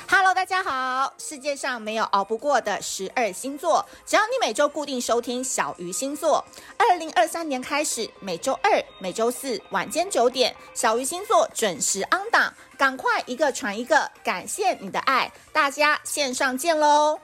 Hello， 大家好！世界上没有熬不过的12星座，只要你每周固定收听小鱼星座。2023年开始，每周二、每周四晚间9点，小鱼星座准时 on 档，赶快一个传一个，感谢你的爱，大家线上见喽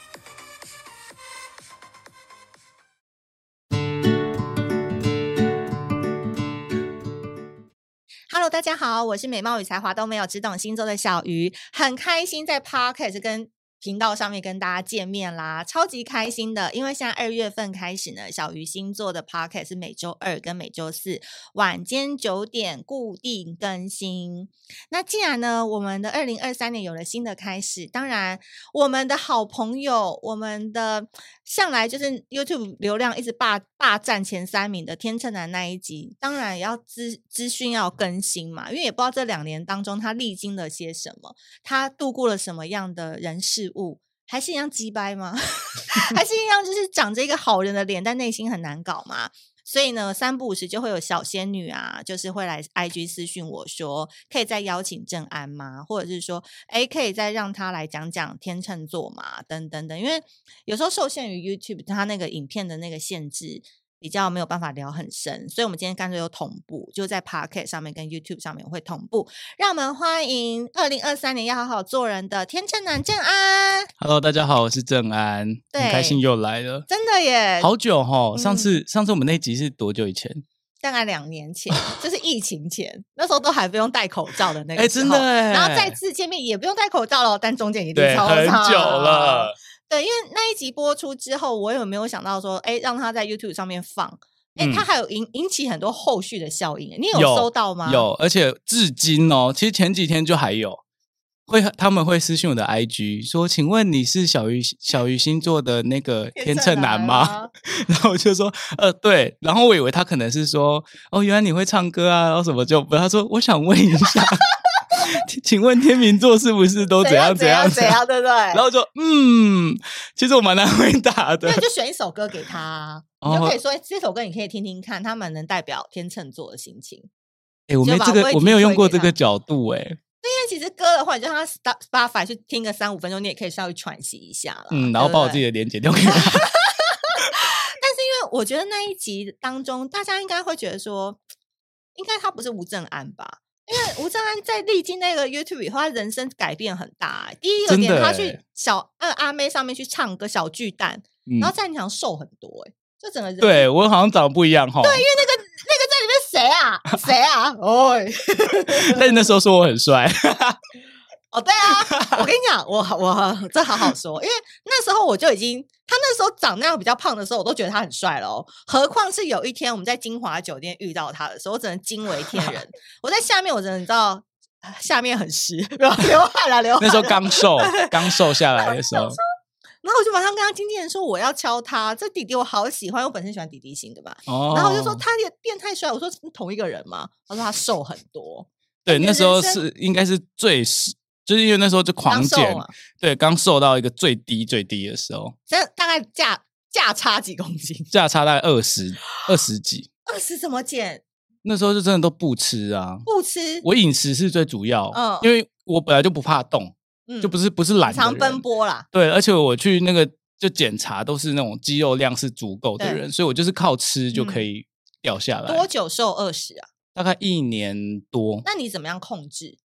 ！Hello， 大家好，我是美貌与才华都没有，只懂星座的小鱼，很开心在 Podcast 跟频道上面跟大家见面啦，超级开心的，因为现在2月份开始呢，小鱼星座的 Podcast 是每周二跟每周四晚间9点固定更新。那既然呢，我们的2023年有了新的开始，当然我们的好朋友，我们的向来就是 YouTube 流量一直霸占前3名的天秤男那一集，当然也要资讯要更新嘛，因为也不知道这2年当中他历经了些什么，他度过了什么样的人事物，还是一样鸡掰吗？还是一样就是长着一个好人的脸，但内心很难搞吗？所以呢，3不5时就会有小仙女啊，就是会来 IG 私讯我说，可以再邀请正安吗？或者是说，可以再让他来讲讲天秤座嘛，等等等。因为有时候受限于 YouTube 它那个影片的那个限制，比较没有办法聊很深，所以我们今天干脆又同步，就在 Podcast 上面跟 YouTube 上面会同步。让我们欢迎2023年要好好做人的天秤男正安。 Hello， 大家好，我是正安，很开心又来了， 真的耶， 好久齁。上次我们那集是多久以前？ 大概2年前，就是疫情前，那时候都还不用戴口罩的那个时候， 真的耶。 然后再次见面也不用戴口罩了，但中间一定超长，很久了。 对，因为那一集播出之后，我有没有想到说，让他在 YouTube 上面放，他还有引起很多后续的效应，你有收到吗？ 有，而且至今哦，其实前几天就还有，他们会私讯我的 IG 说，请问你是小鱼星座的那个天秤男吗？然后我就说，对，然后我以为他可能是说，哦，原来你会唱歌啊，然后什么就不，他说我想问一下。请问天秤座是不是都怎样，对不对？然后就其实我蛮难回答的。 那就选一首歌给他，你就可以说这首歌你可以听听看，他们能代表天秤座的心情。 我没有用过这个角度因为其实歌的话，你就让他 Spotify 去听个3-5分钟，你也可以稍微喘息一下了。 然后把我自己的连结丢给他。 但是因为我觉得那一集当中，大家应该会觉得说，应该他不是吴正安吧？因为吴正安在历经那个 YouTube 以后，他人生改变很大。第一个点，他去阿妹上面去唱歌小巨蛋，然后在场瘦很多，就整个人。对， 我好像长得不一样哈。 对，因为那个在里面谁啊？谁啊？哦， 但是那时候说我很帅。 哦，对啊，我跟你讲，我这好好说，因为那时候我就已经，他那时候长那样比较胖的时候，我都觉得他很帅了哦。何况是有一天我们在金华酒店遇到他的时候，我真的惊为天人。我在下面，我真的你知道，下面很湿，流汗了，流汗了。 那时候刚瘦下来的时候， 然后我就马上跟他经纪人说我要敲他，这弟弟我好喜欢，我本身喜欢弟弟型的嘛。然后我就说他也变太帅，我说同一个人吗？他说他瘦很多。 对，那时候应该是就是因为那时候就狂减，对，刚瘦到一个最低的时候， 大概价差几公斤？ 价差大概20几。 20怎么减？ 那时候就真的都不吃啊， 不吃。 我饮食是最主要，因为我本来就不怕动，就不是懒的人， 常奔波啦。 对，而且我去那个就检查都是那种肌肉量是足够的人，所以我就是靠吃就可以掉下来。 多久瘦20啊？ 大概1年多。 那你怎么样控制？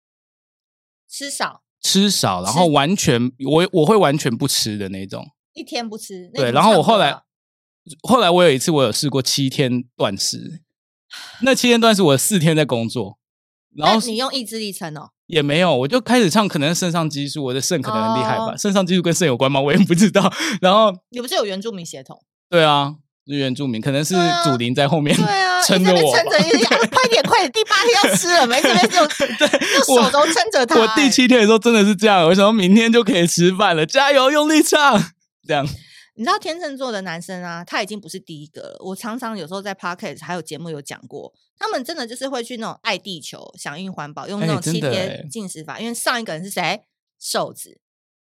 吃少，然后完全我会完全不吃的那种， 一天不吃。 对，然后我后来我有一次我有试过7天断食，那7天断食我4天在工作，然后你用意志力撑哦？ 也没有，我就开始唱，可能肾上激素，我的肾可能很厉害吧，肾上激素跟肾有关吗？我也不知道。然后你不是有原住民血统？ 对啊。是原住民，可能是祖灵在后面撑着我， 撑着快点，第8天要吃了，没这边就手肘撑着他。 我第7天的时候真的是这样，我想说明天就可以吃饭了，加油，用力唱，这样。 你知道天秤座的男生啊，他已经不是第一个了。我常常有时候在 Podcast 还有节目有讲过，他们真的就是会去那种爱地球、响应环保，用那种7天禁食法。因为上一个人是谁？瘦子。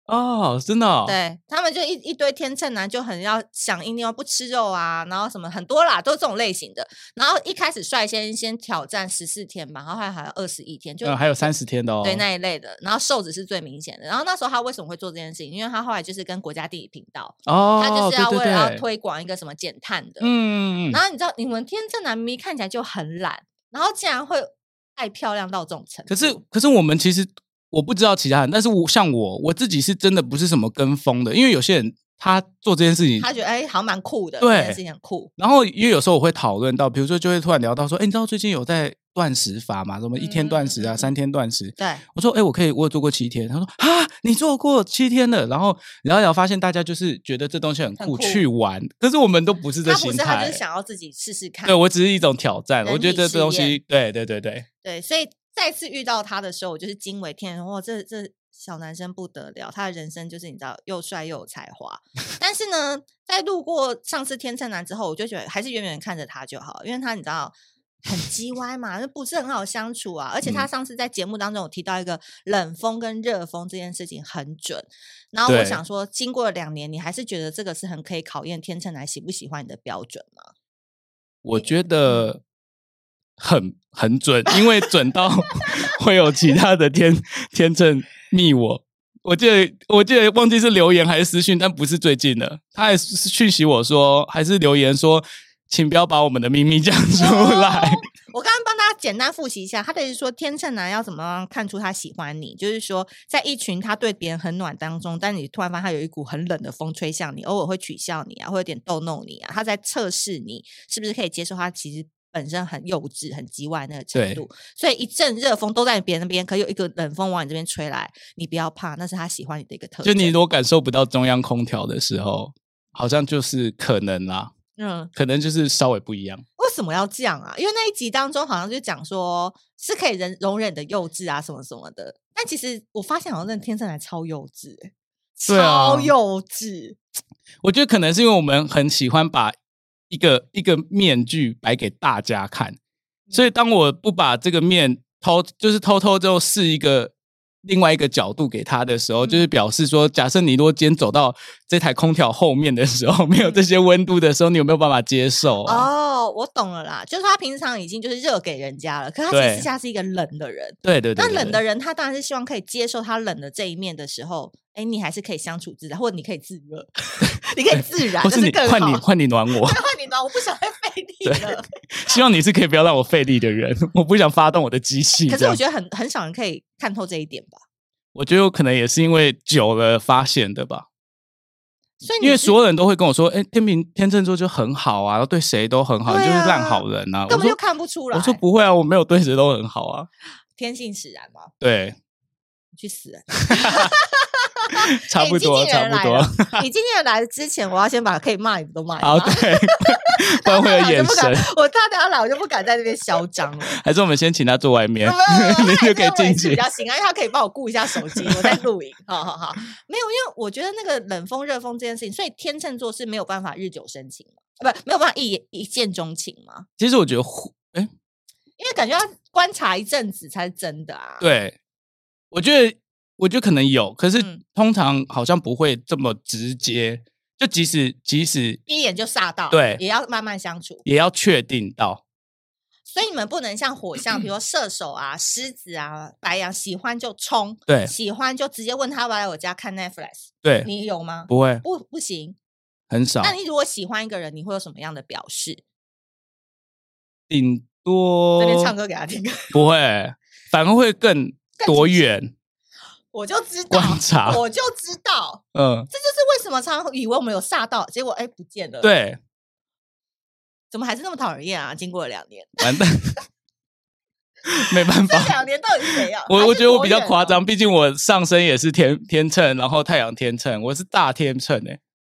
哦，真的哦。 对，他们就一堆天秤男就很要想一定要不吃肉啊，然后什么很多啦，都是这种类型的。然后一开始率先挑战14天吧，然后后来还有21天，就还有30天的哦。 对，那一类的。然后瘦子是最明显的。然后那时候他为什么会做这件事情？因为他后来就是跟国家地理频道，他就是要为了要推广一个什么减碳的。然后你知道，你们天秤男明明看起来就很懒，然后竟然会爱漂亮到这种程度。 可是我们其实我不知道其他人，但是像我自己是真的不是什么跟风的，因为有些人他做这件事情， 他觉得好像蛮酷的， 对， 这件事情很酷。 然后因为有时候我会讨论到，比如说就会突然聊到说，你知道最近有在断食法吗？什么1天断食啊，3天断食。 对， 我说我有做过7天。他说啊，你做过7天了？然后聊一聊，发现大家就是觉得这东西很酷，去玩。可是我们都不是这心态， 他就是想要自己试试看。 对，我只是一种挑战。我觉得这东西，对， 所以再次遇到他的时候，我就是惊为天人。哇，这小男生不得了，他的人生就是你知道又帅又有才华。但是呢，在路过上次天秤男之后，我就觉得还是远远看着他就好，因为他你知道很叽歪嘛，不是很好相处啊。而且他上次在节目当中有提到一个冷风跟热风这件事情很准。然后我想说，经过了2年，你还是觉得这个是很可以考验天秤男喜不喜欢你的标准吗？ 我觉得很准，因为准到会有其他的天秤密我。我记得忘记是留言还是私讯，但不是最近的。他还讯息我说，还是留言说，请不要把我们的秘密讲出来。 我刚刚帮大家简单复习一下，他的意思说，天秤男要怎么样看出他喜欢你，就是说，在一群他对别人很暖当中，但你突然发现他有一股很冷的风吹向你，偶尔会取笑你啊，会有点逗弄你啊，他在测试你是不是可以接受他其实本身很幼稚、很叽歪那个程度。所以一阵热风都在别人那边，可有一个冷风往你这边吹来，你不要怕，那是他喜欢你的一个特征。 就你如果感受不到中央空调的时候，好像就是可能啦。可能就是稍微不一样。 为什么要这样啊？因为那一集当中好像就讲说是可以容忍的幼稚啊什么什么的，但其实我发现好像那天秤男超幼稚超幼稚。 我觉得可能是因为我们很喜欢把一个面具摆给大家看，所以当我不把这个面就是偷偷就试另外一个角度给他的时候，就是表示说，假设你如果今天走到这台空调后面的时候，没有这些温度的时候，你有没有办法接受哦，我懂了啦，就是他平常已经就是热给人家了，可是他其实私下是一个冷的人。 对。 那冷的人他当然是希望可以接受他冷的这一面的时候，你还是可以相处自在，或者你可以自热，你可以自然， 或是你换你暖我， 换你暖我不想再费力了。 希望你是可以不要让我费力的人，我不想发动我的机器。 可是我觉得很少人可以看透这一点吧。 我觉得有可能也是因为久了发现的吧。 所以因为所有人都会跟我说，天秤座就很好啊，对谁都很好，就是烂好人啊， 根本就看不出来。 我说不会啊，我没有对谁都很好啊， 天性使然嘛。 对， 你去死！ 差不多。 你今天来之前，我要先把可以骂你的都骂。 好，对，不然会有眼神。 他等下来，我就不敢在这边嚣张了。 还是我们先请他坐外面，你就可以进去。 比较行啊，因为他可以帮我顾一下手机，我在录影。好，没有，因为我觉得那个冷风热风这件事情，所以天秤座是没有办法日久生情嘛，没有办法一见钟情嘛。 其实我觉得， 因为感觉要观察一阵子才是真的啊。 对，我觉得可能有，可是通常好像不会这么直接。就即使第一眼就煞到， 对， 也要慢慢相处， 也要确定到。 所以你们不能像火象，比如说射手啊、狮子啊、白羊，喜欢就冲， 对， 喜欢就直接问他要不要来我家看 Netflix， 对， 你有吗？ 不会， 不行， 很少。 那你如果喜欢一个人，你会有什么样的表示？ 顶多这边唱歌给他听， 不会，反而会更多远。 我就知道， 观察， 我就知道，这就是为什么常常以为我们有煞到，结果不见了。 对， 怎么还是那么讨人厌啊？经过了2年， 完蛋，没办法。 这2年到底是怎样？ 我觉得我比较夸张，毕竟我上升也是天秤，然后太阳天秤，我是大天秤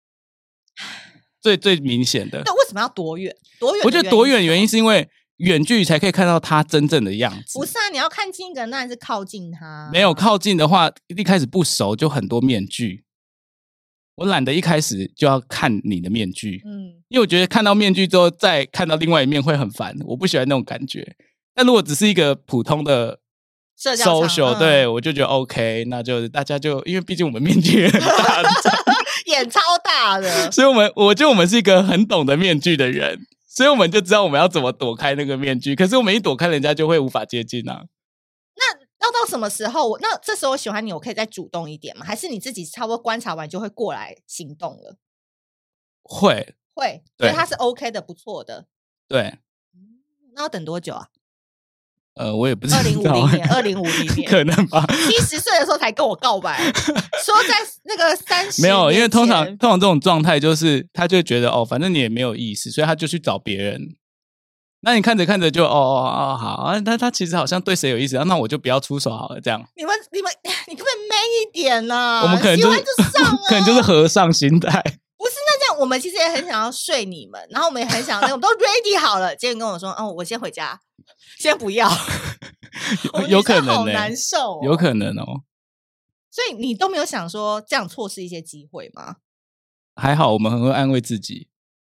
最明显的。 那为什么要多远？ 我觉得多远原因是因为远距离才可以看到他真正的样子。 不是啊，你要看近一个人，当然是靠近他。 没有靠近的话，一开始不熟就很多面具。我懒得一开始就要看你的面具，因为我觉得看到面具之后再看到另外一面会很烦，我不喜欢那种感觉。但如果只是一个普通的社交 social，对，我就觉得 OK， 那就大家就因为毕竟我们面具也很大， 眼超大的， 所以我觉得我们是一个很懂得面具的人，所以我们就知道我们要怎么躲开那个面具。可是我们一躲开，人家就会无法接近啊。 那要到什么时候？那这时候我喜欢你，我可以再主动一点吗？还是你自己差不多观察完就会过来行动了？ 会， 所以他是 OK 的，不错的。 对， 那要等多久啊？ 我也不知道 ，2050年可能吧。 70岁的时候才跟我告白，说在那个30 没有，因为通常这种状态就是他就觉得反正你也没有意思，所以他就去找别人。那你看着看着就好，他其实好像对谁有意思，那我就不要出手好了，这样。 你可不可以 man 一点呢？ 我们可能就是可能就是和尚心态。 不是，那这样我们其实也很想要睡你们，然后我们也很想我们都 ready 好了，结果跟我说我先回家，先不要。 有可能好难受有可能哦。 所以你都没有想说这样错失一些机会吗？ 还好我们很会安慰自己。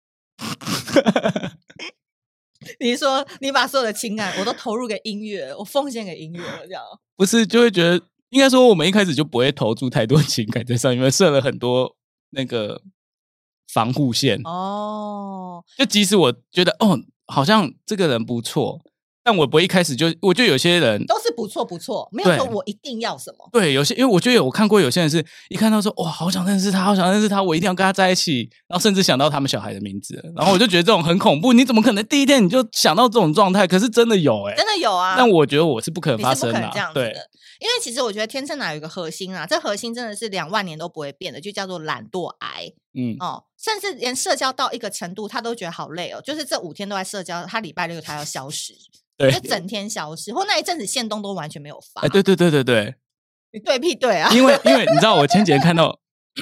你是说你把所有的情感我都投入给音乐，我奉献给音乐了，这样？ 不是，就会觉得应该说我们一开始就不会投注太多情感在上面，因为设了很多那个防护线。就即使我觉得好像这个人不错，但我不会一开始就，我觉得有些人都是不错，没有说我一定要什么。 对，有些因为我觉得我看过有些人是一看到说哇，好想认识他，我一定要跟他在一起，然后甚至想到他们小孩的名字，然后我就觉得这种很恐怖。你怎么可能第一天你就想到这种状态？可是真的有真的有啊。 但我觉得我是不可能发生的， 你是不可能这样子的。因为其实我觉得天秤男有一个核心啊，这核心真的是2万年都不会变的，就叫做懒惰癌。甚至连社交到一个程度，他都觉得好累哦。就是这5天都在社交，他礼拜6他要消失，就整天消失，或那一阵子限动都完全没有发。 对， 你对屁对啊！ 因为你知道，我前几天看到，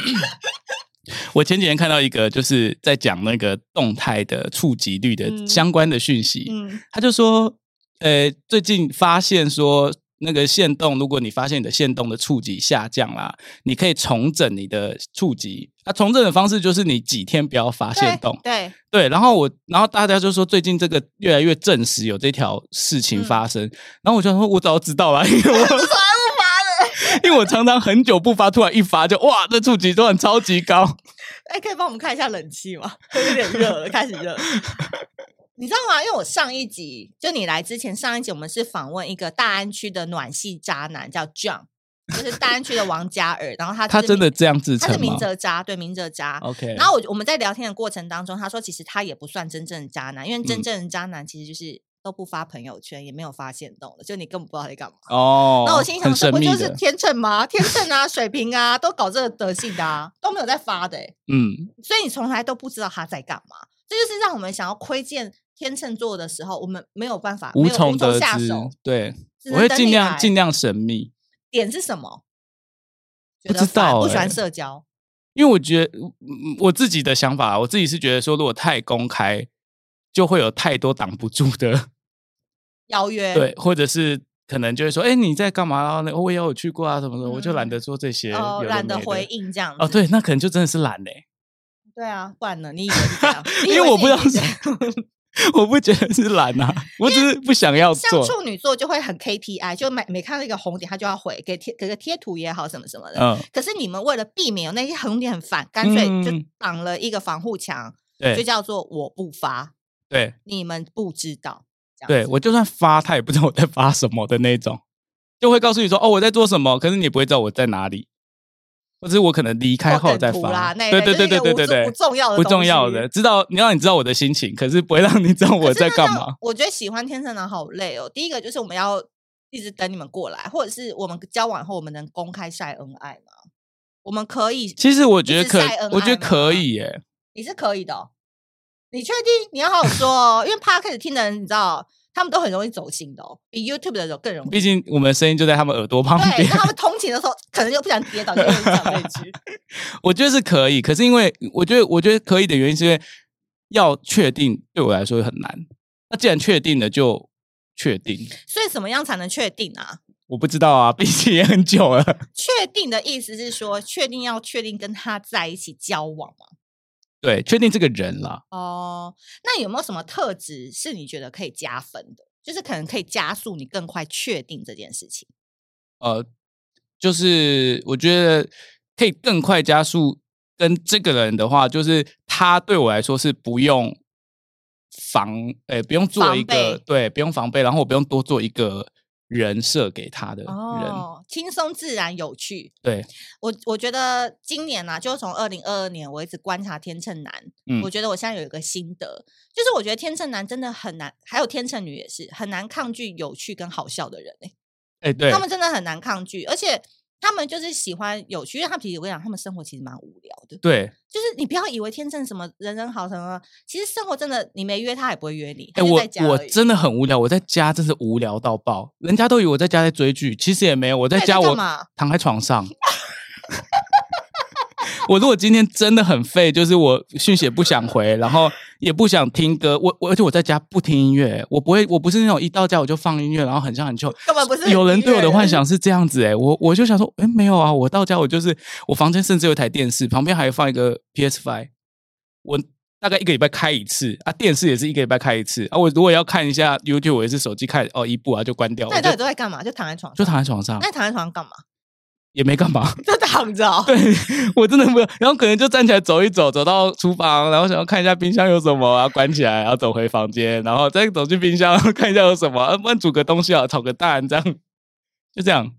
一个就是在讲那个动态的触及率的相关的讯息，他就说，最近发现说。那个限动，如果你发现你的限动的触及下降啦，你可以重整你的触及。重整的方式就是你几天不要发限动。对，然后大家就说最近这个越来越证实有这条事情发生。然后我就说我早知道了，因为我从来不发的，因为我常常很久不发，突然一发就哇，这触及突然超级高。 可以帮我们看一下冷气吗？有点热了，开始热。你知道吗？因为我上一集就你来之前，上一集我们是访问一个大安区的暖系渣男，叫 John， 就是大安区的王嘉尔。然后他真的这样自称吗？ 他是明哲渣，对，明哲渣。 OK。 然后我们在聊天的过程当中，他说其实他也不算真正的渣男，因为真正的渣男其实就是都不发朋友圈，也没有发限动的，就你根本不知道在干嘛。那我心想说，不就是天秤吗？天秤啊，水瓶啊，都搞这个德性的啊，都没有在发的。所以你从来都不知道他在干嘛。这就是让我们想要窥见天秤座的时候，我们没有办法无从得知， 下手。 对，我会尽量神秘。 点是什么？ 不知道， 不喜欢社交。 因为我觉得我自己的想法，我自己是觉得说，如果太公开，就会有太多挡不住的邀约， 对，或者是可能就会说，你在干嘛？然后我也有去过啊，什么的，我就懒得说这些， 懒得回应这样子。 对，那可能就真的是懒嘞。 对啊，不然呢？你以为是这样？ 因为我不知道是，我不觉得是懒啊，我只是不想要做。 像处女座就会很 KPI， 就每看到一个红点，他就要回，给个贴图也好，什么什么的。可是你们为了避免有那些红点很烦，干脆就绑了一个防护墙，就叫做我不发。 对， 你们不知道。 对，我就算发，他也不知道我在发什么的那种，就会告诉你说我在做什么，可是你不会知道我在哪里。或者我可能离开后再发，对， 不重要的， 不重要的，让你知道我的心情，可是不会让你知道我在干嘛。 我觉得喜欢天秤男好累哦。第一个就是我们要一直等你们过来，或者是我们交往后我们能公开晒恩爱吗？我们可以， 其实我觉得可以耶。 你是可以的哦，你确定？你要好好说哦，因为 Podcast 听的人，你知道。他们都很容易走心的比 YouTube 的人更容易。 毕竟我们的声音就在他们耳朵旁边。 对，那他们通勤的时候可能就不想跌倒，就会讲这句。 我觉得是可以，可是因为我觉得可以的原因是因为要确定对我来说很难。那既然确定了，就确定。 所以怎么样才能确定啊？ 我不知道啊，毕竟也很久了。 确定的意思是说，确定跟他在一起交往吗？ 对，确定这个人啦。 那有没有什么特质是你觉得可以加分的？就是可能可以加速你更快确定这件事情。 就是我觉得可以更快加速跟这个人的话，就是他对我来说是不用不用做一个对，不用防备，然后我不用多做一个人设给他的人， 轻松自然有趣。 对， 我觉得今年啊，就从2022年我一直观察天秤男，我觉得我现在有一个心得，就是我觉得天秤男真的很难，还有天秤女也是很难抗拒有趣跟好笑的人对， 他们真的很难抗拒，而且他们就是喜欢有趣，因为他们其实我跟你讲，他们生活其实蛮无聊的。 对， 就是你不要以为天秤什么人人好什么，其实生活真的你没约他也不会约你。 我真的很无聊，我在家真是无聊到爆。人家都以为我在家在追剧，其实也没有，我在家我躺在床上。我如果今天真的很废，就是我讯息也不想回，然后也不想听歌，而且我在家不听音乐，我不是那种一到家我就放音乐，然后很像很旧。 根本不是。 有人对我的幻想是这样子我就想说，没有啊，我到家我就是我房间甚至有一台电视，旁边还放一个 PS5， 我大概1个礼拜开一次啊，电视也是1个礼拜开一次啊。我如果要看一下 YouTube， 我也是手机看一部啊就关掉。 那你到底都在干嘛？就躺在床上。 就躺在床上。 那你躺在床上干嘛？ 也没干嘛， 就躺着。 对，我真的没有，然后可能就站起来走一走，走到厨房，然后想要看一下冰箱有什么啊，关起来，然后走回房间，然后再走进冰箱看一下有什么，不然煮个东西啊，炒个蛋，这样就这样，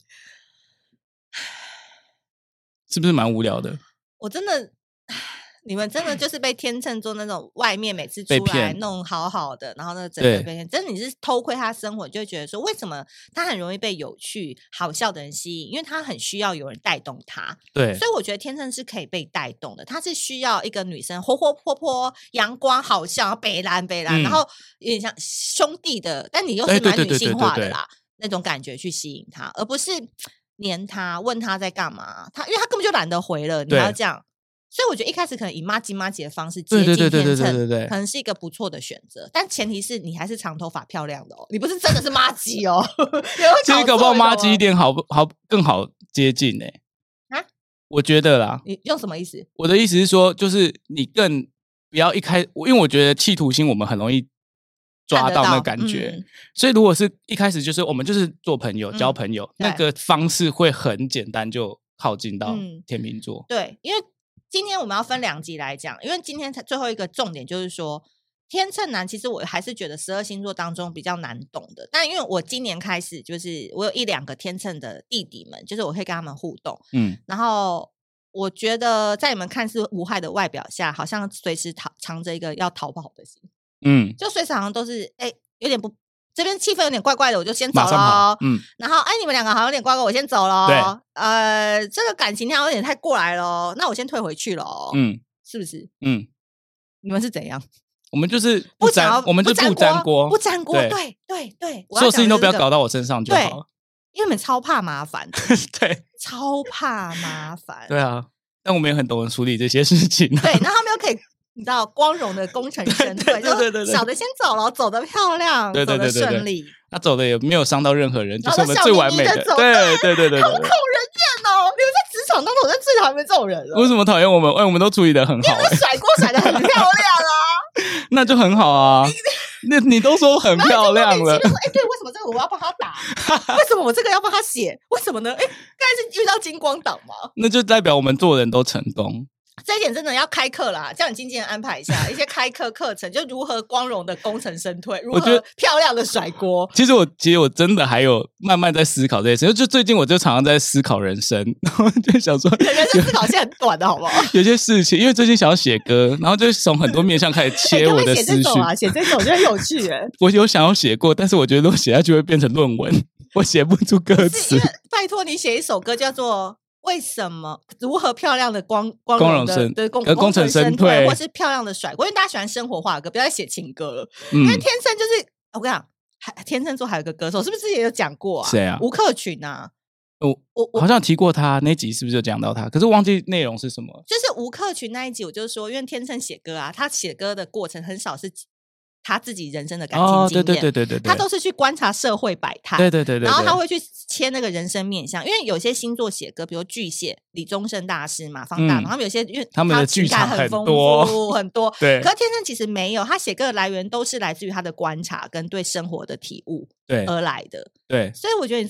是不是蛮无聊的？ 我真的。你们真的就是被天秤座那种外面每次出来弄好好的，然后那整个被骗，真的你是偷窥他生活，就会觉得说为什么他很容易被有趣好笑的人吸引，因为他很需要有人带动他。 对， 所以我觉得天秤是可以被带动的，他是需要一个女生活活泼泼、阳光好笑、北蓝，然后有点像兄弟的，但你又是蛮女性化的啦，那种感觉去吸引他，而不是黏他问他在干嘛，因为他根本就懒得回了，你还要这样。所以我觉得一开始可能以麻吉的方式接近天秤，可能是一个不错的选择，但前提是你还是长头发漂亮的你不是真的是麻吉其实搞不好麻吉一点更好接近我觉得啦。 你用什么意思？ 我的意思是说，就是你更不要因为我觉得企图心我们很容易抓到那个感觉，所以如果是一开始就是我们就是做朋友、交朋友，那个方式会很简单就靠近到天秤座。 对，因为今天我们要分2集来讲，因为今天最后一个重点就是说天秤男其实我还是觉得12星座当中比较难懂的，但因为我今年开始就是我有1-2个天秤的弟弟们，就是我可以跟他们互动，然后我觉得在你们看似无害的外表下，好像随时藏着一个要逃跑的心，就随时好像都是有点不，这边气氛有点怪怪的，我就先走了。然后你们2个好像有点怪怪，我先走了。这个感情好像有点太过来了，那我先退回去了。是不是？你们是怎样？ 我们就是不沾，我们就不沾锅， 不沾锅。对， 所有事情都不要搞到我身上就好了。 因为你们超怕麻烦， 对， 超怕麻烦。 对啊，但我们也很懂得处理这些事情。 对，然后他们又可以。你知道光荣的功成身退， 对， 小的先走了，走得漂亮，走得顺利， 他走的也没有伤到任何人，就是我们最完美的。对， 好讨人厌哦！你们在职场当中，我在最讨厌这种人了。 为什么讨厌我们？我们都处理得很好， 甩锅甩得很漂亮啊， 那就很好啊。你都说很漂亮了， 对，为什么这个我要帮他打？为什么我这个要帮他写？为什么呢？刚才是遇到金光党吗？ 那就代表我们做人都成功。 这一点真的要开课啦，叫你经纪人安排一下一些开课课程，就如何光荣的功成身退，如何漂亮的甩锅。 其实我真的还有慢慢在思考这些事，就最近我就常常在思考人生，然后就想说， 人生思考线很短的好不好？ 有些事情，因为最近想要写歌，然后就从很多面向开始切我的思绪。 写这种就很有趣耶。 我有想要写过，但是我觉得如果写下去会变成论文，我写不出歌词。 拜托你写一首歌叫做。为什么如何漂亮的光荣的功成身退，或是漂亮的甩锅？因为大家喜欢生活化的歌，不要再写情歌了。因为天秤就是我跟你讲，天秤座还有个歌手，是不是之前有讲过啊？ 谁啊？ 吴克群啊。 我好像提过他那集，是不是有讲到他？可是忘记内容是什么。 就是吴克群那一集，我就说，因为天秤写歌啊，他写歌的过程很少是。他自己人生的感情经验， 对， 他都是去观察社会百态， 对， 然后他会去切那个人生面向，因为有些星座写歌，比如巨蟹李宗盛大师嘛，方大同，他们有些因为他们的剧场很丰富很多， 对。 可是天秤其实没有，他写歌的来源都是来自于他的观察跟对生活的体悟而来的， 对。 所以我觉得，所以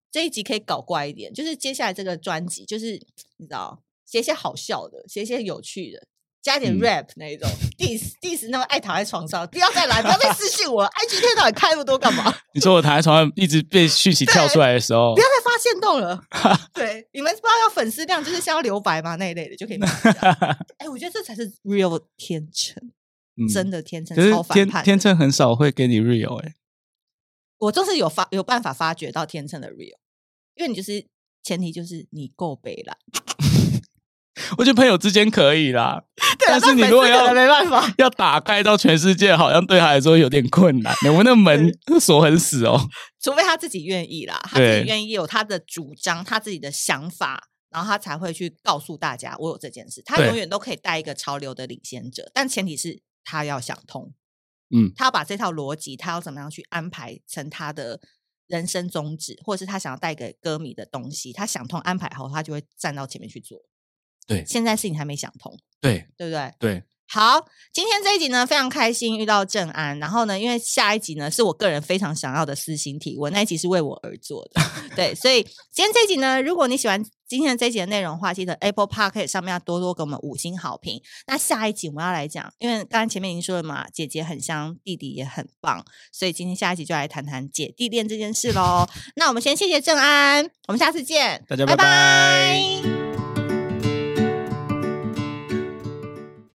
这一集可以搞怪一点，就是接下来这个专辑就是你知道写一些好笑的，写一些有趣的，加点 rap 那一种diss 那种爱躺在床上，不要再来，不要再私讯我了IG 天到底开那么多干嘛？你说我躺在床上一直被讯息跳出来的时候， 不要再发限动了。对，你们不知道要粉丝量就是像要留白嘛那一类的就可以我觉得这才是 real 天秤，真的天秤超反叛的。 天秤很少会给你 real 我就是有办法发掘到天秤的 real， 因为你就是前提就是你够北啦。 我觉得朋友之间可以啦，但是你如果没办法要打开到全世界，好像对他来说有点困难。我那门锁很死哦， 除非他自己愿意啦，他自己愿意有他的主张，他自己的想法，然后他才会去告诉大家我有这件事。他永远都可以带一个潮流的领先者，但前提是他要想通。他要把这套逻辑，他要怎么样去安排成他的人生宗旨，或者是他想要带给歌迷的东西，他想通安排好，他就会站到前面去做。 对， 现在事情还没想通， 对不对？ 对。 好，今天这一集呢非常开心遇到正安，然后呢因为下一集呢是我个人非常想要的私心提问，那一集是为我而做的对，所以今天这一集呢，如果你喜欢今天这一集的内容的话，记得 Apple Podcast 上面要多多给我们5星好评。那下一集我们要来讲，因为刚刚前面已经说了嘛，姐姐很香，弟弟也很棒，所以今天下一集就来谈谈姐弟恋这件事咯。那我们先谢谢正安，我们下次见， 大家拜拜。